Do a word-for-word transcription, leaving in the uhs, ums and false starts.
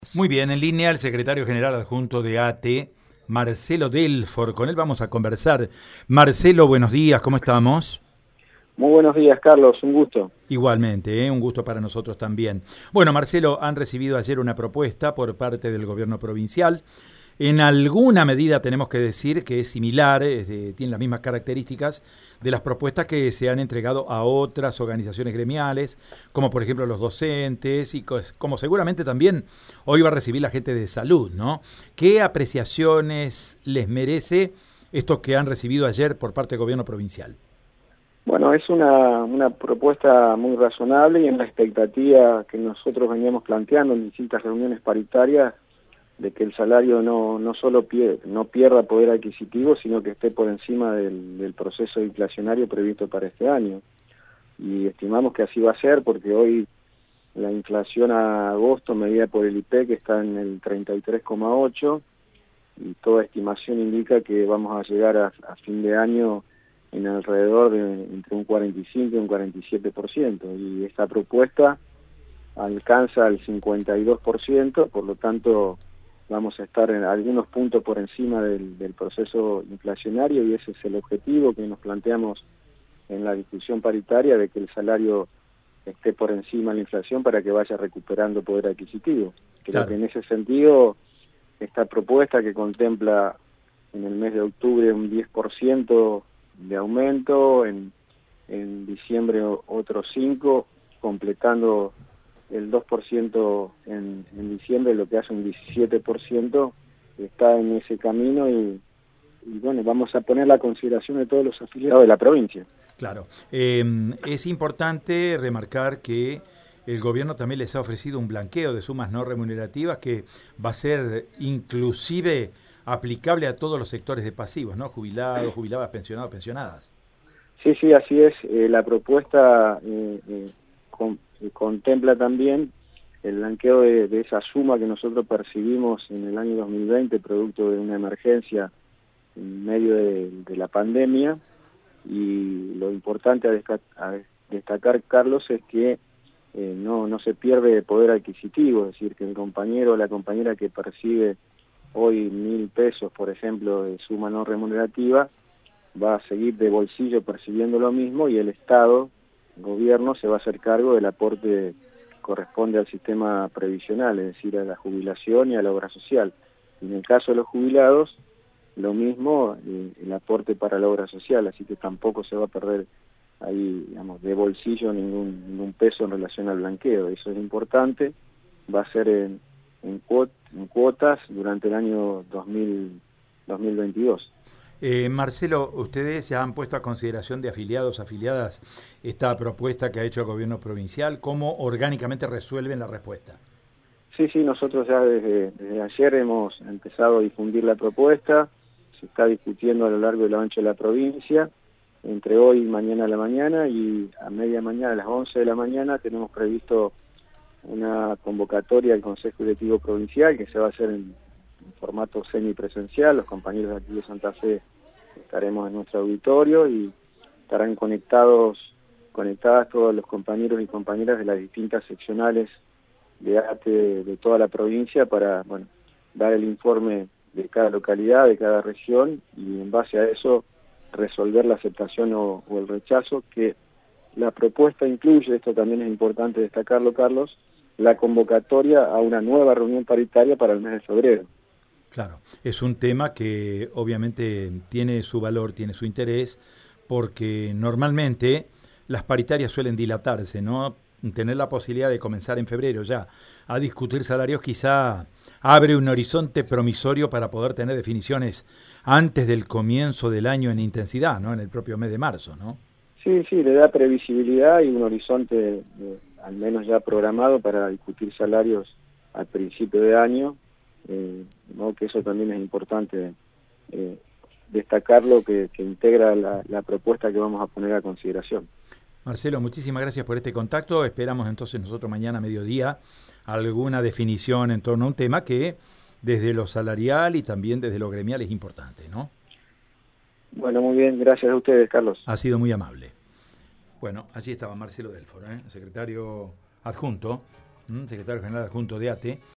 Muy bien, en línea el secretario general adjunto de A T E, Marcelo Delfor. Con él vamos a conversar. Marcelo, buenos días, ¿cómo estamos? Muy buenos días, Carlos, un gusto. Igualmente, ¿eh? Un gusto para nosotros también. Bueno, Marcelo, han recibido ayer una propuesta por parte del gobierno provincial. En alguna medida tenemos que decir que es similar, eh, tiene las mismas características de las propuestas que se han entregado a otras organizaciones gremiales, como por ejemplo los docentes y como seguramente también hoy va a recibir la gente de salud, ¿no? ¿Qué apreciaciones les merece esto que han recibido ayer por parte del gobierno provincial? Bueno, es una, una propuesta muy razonable y en la expectativa que nosotros veníamos planteando en distintas reuniones paritarias de que el salario no, no solo pier, no pierda poder adquisitivo, sino que esté por encima del, del proceso inflacionario previsto para este año. Y estimamos que así va a ser porque hoy la inflación a agosto medida por el I P E C está en el treinta y tres coma ocho y toda estimación indica que vamos a llegar a, a fin de año en alrededor de entre un cuarenta y cinco y un cuarenta y siete por ciento, y esta propuesta alcanza el cincuenta y dos por ciento, por lo tanto vamos a estar en algunos puntos por encima del, del proceso inflacionario, y ese es el objetivo que nos planteamos en la discusión paritaria, de que el salario esté por encima de la inflación para que vaya recuperando poder adquisitivo. Creo Claro. que en ese sentido esta propuesta, que contempla en el mes de octubre un diez por ciento de aumento, en, en diciembre otro cinco por ciento, completando el dos por ciento en, en diciembre, lo que hace un diecisiete por ciento, está en ese camino y, y bueno, vamos a poner la consideración de todos los afiliados de la provincia. Claro. Eh, es importante remarcar que el gobierno también les ha ofrecido un blanqueo de sumas no remunerativas que va a ser inclusive aplicable a todos los sectores de pasivos, ¿no? Jubilados, jubiladas, pensionados, pensionadas. Sí, sí, así es. Eh, la propuesta eh, eh, con, eh, contempla también el blanqueo de, de esa suma que nosotros percibimos en el año dos mil veinte, producto de una emergencia en medio de, de la pandemia. Y lo importante a, desca- a destacar, Carlos, es que eh, no, no se pierde poder adquisitivo, es decir, que el compañero o la compañera que percibe hoy mil pesos, por ejemplo, de suma no remunerativa, va a seguir de bolsillo percibiendo lo mismo, y el Estado, el gobierno, se va a hacer cargo del aporte que corresponde al sistema previsional, es decir, a la jubilación y a la obra social. Y en el caso de los jubilados, lo mismo, eh, el aporte para la obra social, así que tampoco se va a perder ahí, digamos, de bolsillo ningún, ningún peso en relación al blanqueo. Eso es importante. Va a ser en, en, cuot, en cuotas durante el año dos mil, dos mil veintidós. Eh, Marcelo, ustedes ya han puesto a consideración de afiliados, afiliadas, esta propuesta que ha hecho el gobierno provincial. ¿Cómo orgánicamente resuelven la respuesta? Sí, sí, nosotros ya desde, desde ayer hemos empezado a difundir la propuesta. Se está discutiendo a lo largo y lo ancho de la provincia, entre hoy y mañana a la mañana, y a media mañana, a las once de la mañana, tenemos previsto una convocatoria al Consejo Directivo Provincial, que se va a hacer en, en formato semipresencial. Los compañeros de aquí de Santa Fe estaremos en nuestro auditorio y estarán conectados, conectadas todos los compañeros y compañeras de las distintas seccionales de A T E de, de toda la provincia para, bueno, dar el informe de cada localidad, de cada región, y en base a eso resolver la aceptación o, o el rechazo, que la propuesta incluye, esto también es importante destacarlo, Carlos, la convocatoria a una nueva reunión paritaria para el mes de febrero. Claro, es un tema que obviamente tiene su valor, tiene su interés, porque normalmente las paritarias suelen dilatarse, ¿no? Tener la posibilidad de comenzar en febrero ya a discutir salarios quizá abre un horizonte promisorio para poder tener definiciones antes del comienzo del año en intensidad, ¿no? En el propio mes de marzo, ¿no? Sí, sí, le da previsibilidad y un horizonte eh, al menos ya programado para discutir salarios al principio de año, eh, ¿no? Que eso también es importante eh, destacarlo, que, que integra la, la propuesta que vamos a poner a consideración. Marcelo, muchísimas gracias por este contacto. Esperamos entonces nosotros mañana a mediodía alguna definición en torno a un tema que desde lo salarial y también desde lo gremial es importante, ¿no? Bueno, muy bien, gracias a ustedes, Carlos. Ha sido muy amable. Bueno, allí estaba Marcelo Delfor, ¿eh? secretario adjunto, ¿m? secretario general adjunto de A T E.